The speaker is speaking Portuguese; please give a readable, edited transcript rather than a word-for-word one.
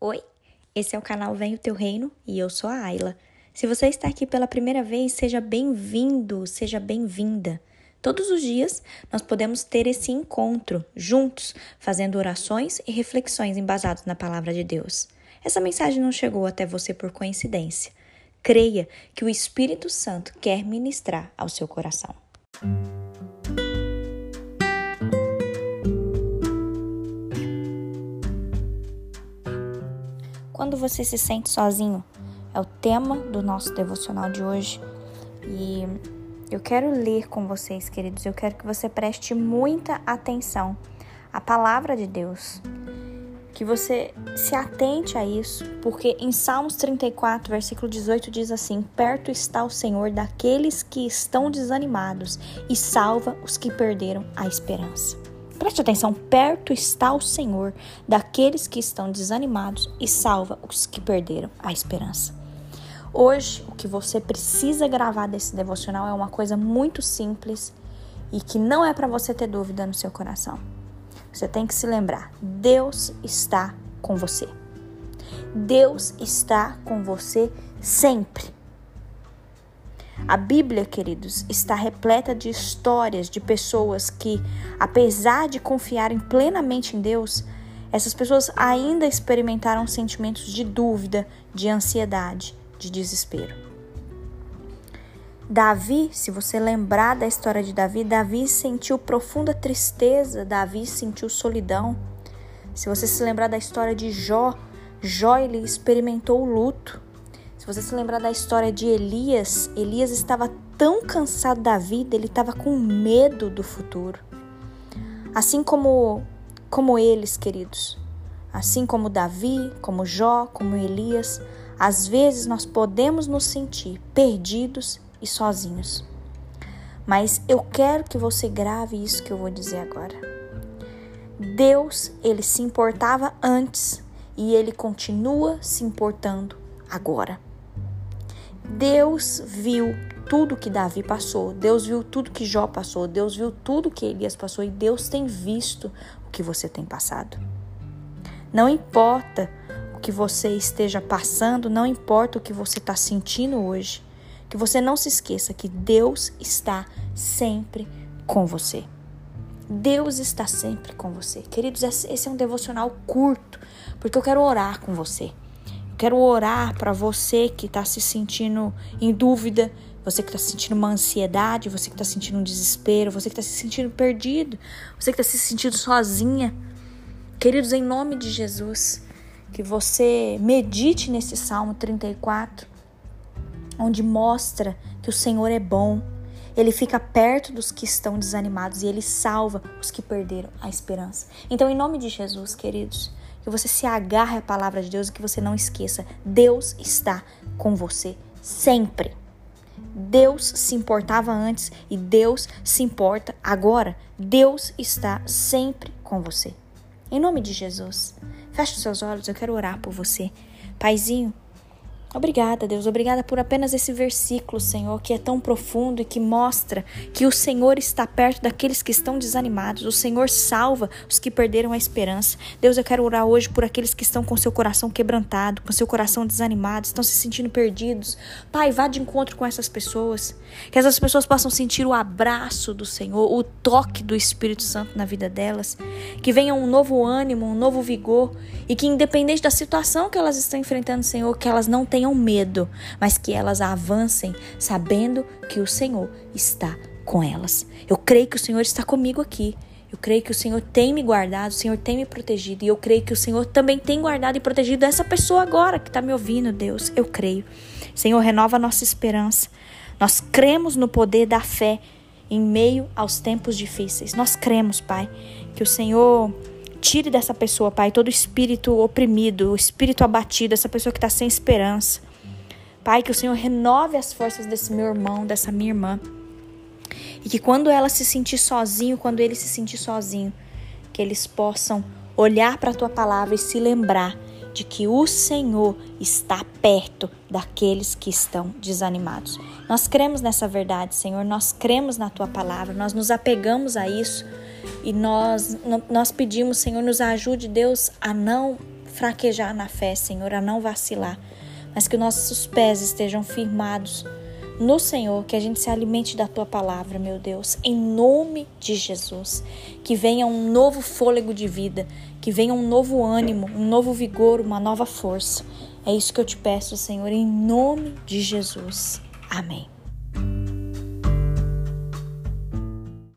Oi, esse é o canal Vem o Teu Reino e eu sou a Ayla. Se você está aqui pela primeira vez, seja bem-vindo, seja bem-vinda. Todos os dias nós podemos ter esse encontro juntos, fazendo orações e reflexões embasadas na palavra de Deus. Essa mensagem não chegou até você por coincidência. Creia que o Espírito Santo quer ministrar ao seu coração. Quando você se sente sozinho, é o tema do nosso devocional de hoje. E eu quero ler com vocês, queridos. Eu quero que você preste muita atenção à palavra de Deus. Que você se atente a isso, porque em Salmos 34, versículo 18, diz assim: perto está o Senhor daqueles que estão desanimados e salva os que perderam a esperança. Preste atenção, perto está o Senhor daqueles que estão desanimados e salva os que perderam a esperança. Hoje, o que você precisa gravar desse devocional é uma coisa muito simples e que não é para você ter dúvida no seu coração. Você tem que se lembrar, Deus está com você. Deus está com você sempre. A Bíblia, queridos, está repleta de histórias de pessoas que, apesar de confiarem plenamente em Deus, essas pessoas ainda experimentaram sentimentos de dúvida, de ansiedade, de desespero. Davi, se você lembrar da história de Davi, Davi sentiu profunda tristeza, Davi sentiu solidão. Se você se lembrar da história de Jó, ele experimentou o luto. Se você se lembrar da história de Elias estava tão cansado da vida, ele estava com medo do futuro. Assim como eles, queridos, assim como Davi, como Jó, como Elias, às vezes nós podemos nos sentir perdidos e sozinhos. Mas eu quero que você grave isso que eu vou dizer agora. Deus, ele se importava antes e ele continua se importando agora. Deus viu tudo que Davi passou, Deus viu tudo que Jó passou, Deus viu tudo que Elias passou e Deus tem visto o que você tem passado. Não importa o que você esteja passando, não importa o que você está sentindo hoje, que você não se esqueça que Deus está sempre com você. Deus está sempre com você. Queridos, esse é um devocional curto, porque eu quero orar com você. Quero orar para você que está se sentindo em dúvida, você que está sentindo uma ansiedade, você que está sentindo um desespero, você que está se sentindo perdido, você que está se sentindo sozinha. Queridos, em nome de Jesus, que você medite nesse Salmo 34, onde mostra que o Senhor é bom. Ele fica perto dos que estão desanimados e Ele salva os que perderam a esperança. Então, em nome de Jesus, queridos, que você se agarre à palavra de Deus e que você não esqueça, Deus está com você sempre. Deus se importava antes e Deus se importa agora. Deus está sempre com você. Em nome de Jesus, feche os seus olhos, eu quero orar por você. Paizinho, obrigada, Deus. Obrigada por apenas esse versículo, Senhor, que é tão profundo e que mostra que o Senhor está perto daqueles que estão desanimados. O Senhor salva os que perderam a esperança. Deus, eu quero orar hoje por aqueles que estão com seu coração quebrantado, com seu coração desanimado, estão se sentindo perdidos. Pai, vá de encontro com essas pessoas. Que essas pessoas possam sentir o abraço do Senhor, o toque do Espírito Santo na vida delas. Que venha um novo ânimo, um novo vigor. E que independente da situação que elas estão enfrentando, Senhor, que elas não tenham medo, mas que elas avancem sabendo que o Senhor está com elas. Eu creio que o Senhor está comigo aqui. Eu creio que o Senhor tem me guardado, o Senhor tem me protegido. E eu creio que o Senhor também tem guardado e protegido essa pessoa agora que está me ouvindo, Deus. Eu creio. Senhor, renova a nossa esperança. Nós cremos no poder da fé em meio aos tempos difíceis. Nós cremos, Pai, que o Senhor tire dessa pessoa, Pai, todo espírito oprimido, o espírito abatido, essa pessoa que está sem esperança. Pai, que o Senhor renove as forças desse meu irmão, dessa minha irmã. E que quando ela se sentir sozinho, quando ele se sentir sozinho, que eles possam olhar para a Tua palavra e se lembrar de que o Senhor está perto daqueles que estão desanimados. Nós cremos nessa verdade, Senhor, nós cremos na Tua palavra, nós nos apegamos a isso e nós pedimos, Senhor, nos ajude, Deus, a não fraquejar na fé, Senhor, a não vacilar, mas que nossos pés estejam firmados no Senhor, que a gente se alimente da Tua palavra, meu Deus, em nome de Jesus. Que venha um novo fôlego de vida, que venha um novo ânimo, um novo vigor, uma nova força. É isso que eu te peço, Senhor, em nome de Jesus. Amém.